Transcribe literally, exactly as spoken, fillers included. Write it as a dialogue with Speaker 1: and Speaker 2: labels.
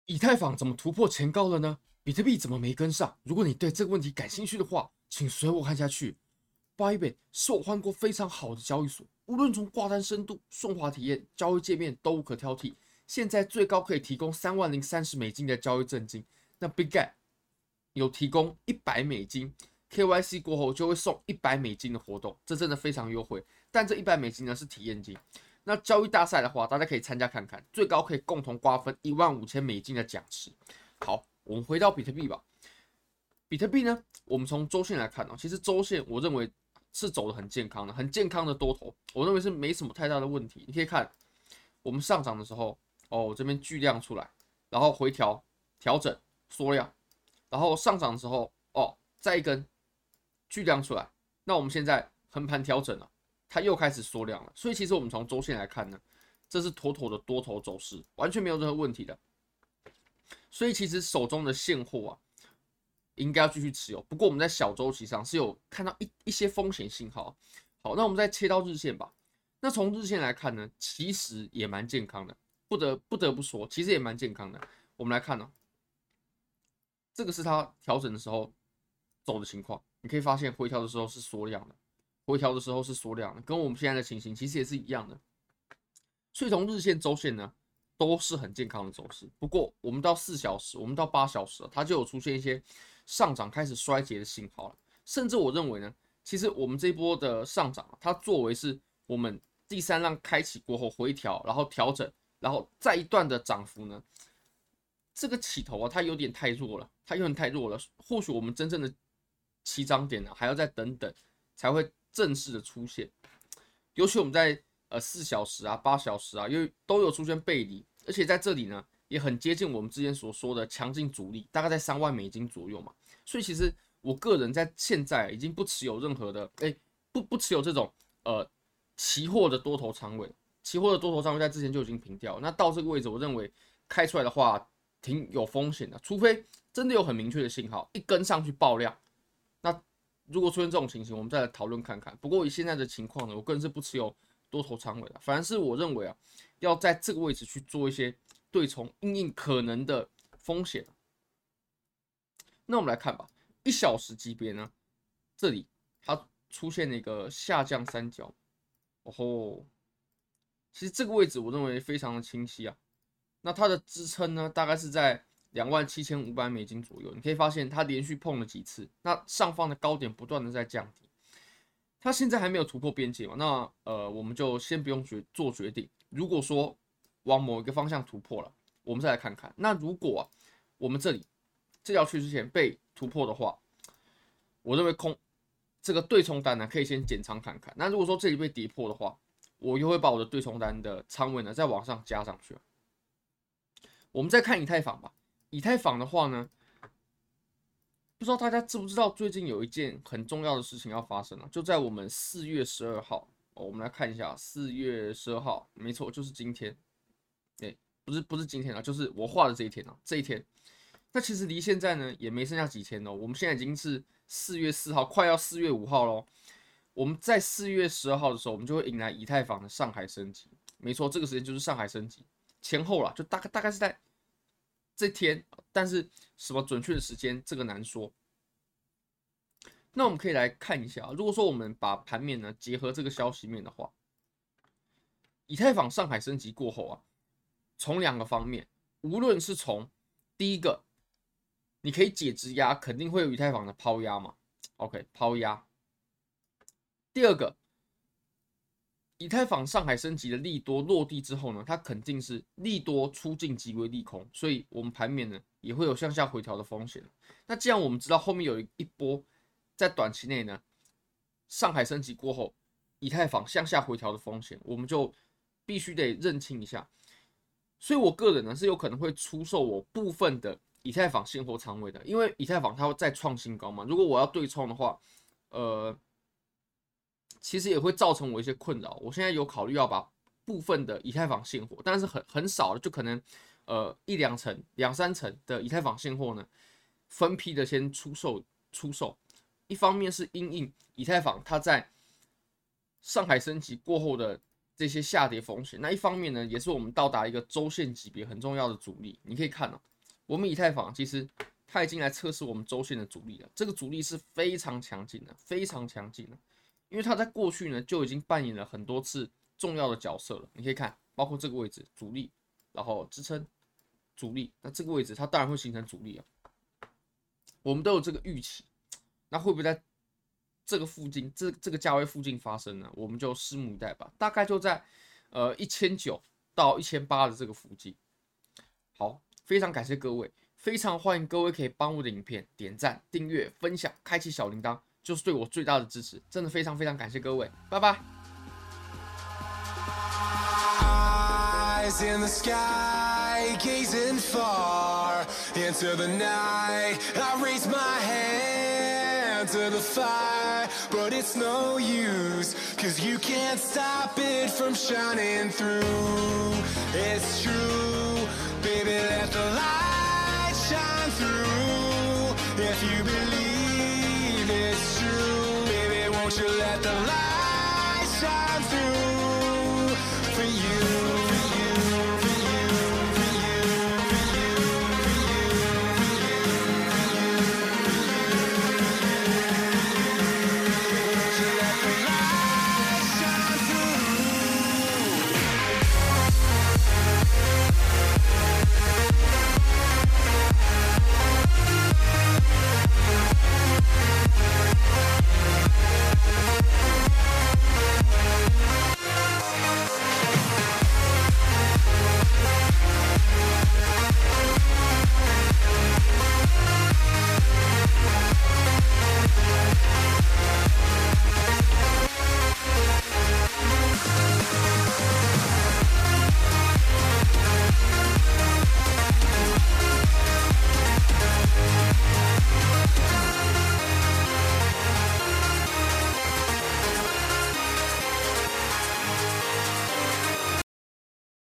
Speaker 1: 以太坊怎么突破前高了呢？比特币怎么没跟上？如果你对这个问题感兴趣的话，请随我看下去。Bybit 是我换过非常好的交易所，无论从挂单深度、顺滑体验、交易界面都无可挑剔。现在最高可以提供三万零三十美金的交易证金，那 Bitget 有提供一百美金 ，K Y C 过后就会送一百美金的活动，这真的非常优惠。但这一百美金呢是体验金。那交易大赛的话，大家可以参加看看，最高可以共同瓜分一万五千美金的奖池。好，我们回到比特币吧。比特币呢，我们从周线来看哦，其实周线我认为是走的很健康的，很健康的多头，我认为是没什么太大的问题。你可以看我们上涨的时候，哦，这边巨量出来，然后回调、调整、缩量，然后上涨的时候，哦，再一根巨量出来，那我们现在横盘调整了。它又开始缩量了，所以其实我们从周线来看呢，这是妥妥的多头走势，完全没有任何问题的。所以其实手中的现货啊，应该要继续持有。不过我们在小周期上是有看到一一些风险信号。好，那我们再切到日线吧。那从日线来看呢，其实也蛮健康的，不得不得不说，其实也蛮健康的。我们来看呢、哦，这个是它调整的时候走的情况，你可以发现回调的时候是缩量的。回调的时候是缩量的，跟我们现在的情形其实也是一样的。所以从日线、周线呢，都是很健康的走势。不过我们到四小时，我们到八小时，它就有出现一些上涨开始衰竭的信号了。甚至我认为呢，其实我们这一波的上涨，它作为是我们第三浪开启过后回调，然后调整，然后再一段的涨幅呢，这个起头啊，它有点太弱了，它有点太弱了。或许我们真正的起涨点呢，还要再等等才会正式的出现。尤其我们在呃四小时啊、八小时啊，因为都有出现背离，而且在这里呢，也很接近我们之前所说的强劲阻力，大概在三万美金左右嘛。所以其实我个人在现在已经不持有任何的，哎，不不持有这种呃期货的多头仓位，期货的多头仓位在之前就已经平掉。那到这个位置，我认为开出来的话挺有风险的，除非真的有很明确的信号，一根上去爆量。那如果出现这种情形，我们再来讨论看看。不过以现在的情况呢，我个人是不持有多头仓位的，反而是我认为啊，要在这个位置去做一些对冲，因应可能的风险。那我们来看吧，一小时级别呢，这里它出现了一个下降三角，哦吼，其实这个位置我认为非常的清晰啊。那它的支撑呢，大概是在两万七千五百美金左右。你可以发现它连续碰了几次，那上方的高点不断的在降低。它现在还没有突破边界嘛？那呃，我们就先不用决做决定。如果说往某一个方向突破了，我们再来看看。那如果、啊、我们这里这条趋势线被突破的话，我认为空这个对冲单呢，可以先减仓看看。那如果说这里被跌破的话，我又会把我的对冲单的仓位呢再往上加上去。我们再看以太坊吧。以太坊的话呢，不知道大家知不知道，最近有一件很重要的事情要发生了，就在我们四月十二号、哦。我们来看一下，四月十二号，没错，就是今天。哎，不是不是今天啊，就是我画的这一天啊，这一天。那其实离现在呢也没剩下几天哦，我们现在已经是四月四号，快要四月五号喽。我们在四月十二号的时候，我们就会迎来以太坊的上海升级。没错，这个时间就是上海升级前后啦，就大概大概是在这天，但是什么准确的时间这个难说。那我们可以来看一下，如果说我们把盘面呢结合这个消息面的话，以太坊上海升级过后啊，从两个方面，无论是从第一个，你可以解质押，肯定会有以太坊的抛压嘛 ，OK， 抛压。第二个，以太坊上海升级的利多落地之后呢，它肯定是利多出尽即为利空，所以我们盘面呢也会有向下回调的风险。那既然我们知道后面有一波在短期内呢，上海升级过后，以太坊向下回调的风险，我们就必须得认清一下。所以我个人呢是有可能会出售我部分的以太坊现货仓位的，因为以太坊它会再创新高嘛。如果我要对冲的话，呃，其实也会造成我一些困扰。我现在有考虑要把部分的以太坊现货，但是很很少的，就可能呃一两成、两三成的以太坊现货呢，分批的先出售出售。一方面是因应以太坊它在上海升级过后的这些下跌风险，那一方面呢，也是我们到达一个周线级别很重要的阻力。你可以看哦， 我们以太坊其实它已经来测试我们周线的阻力了，这个阻力是非常强劲的，非常强劲的，因为它在过去呢就已经扮演了很多次重要的角色了。你可以看，包括这个位置阻力，然后支撑、阻力，那这个位置它当然会形成阻力啊。我们都有这个预期，那会不会在这个附近、这这个价位附近发生呢？我们就拭目以待吧。大概就在呃一千九到一千八的这个附近。好，非常感谢各位，非常欢迎各位可以帮我的影片点赞、订阅、分享、开启小铃铛，就是对我最大的支持。真的非常非常感谢各位，拜拜。
Speaker 2: Eyes in the sky, gazing far into the night. I raise my hand to the fire, but it's no use, 'cause you can't stop it from shining through. It's true, baby, let the light shine through. If you believe it's true, baby, won't you let the light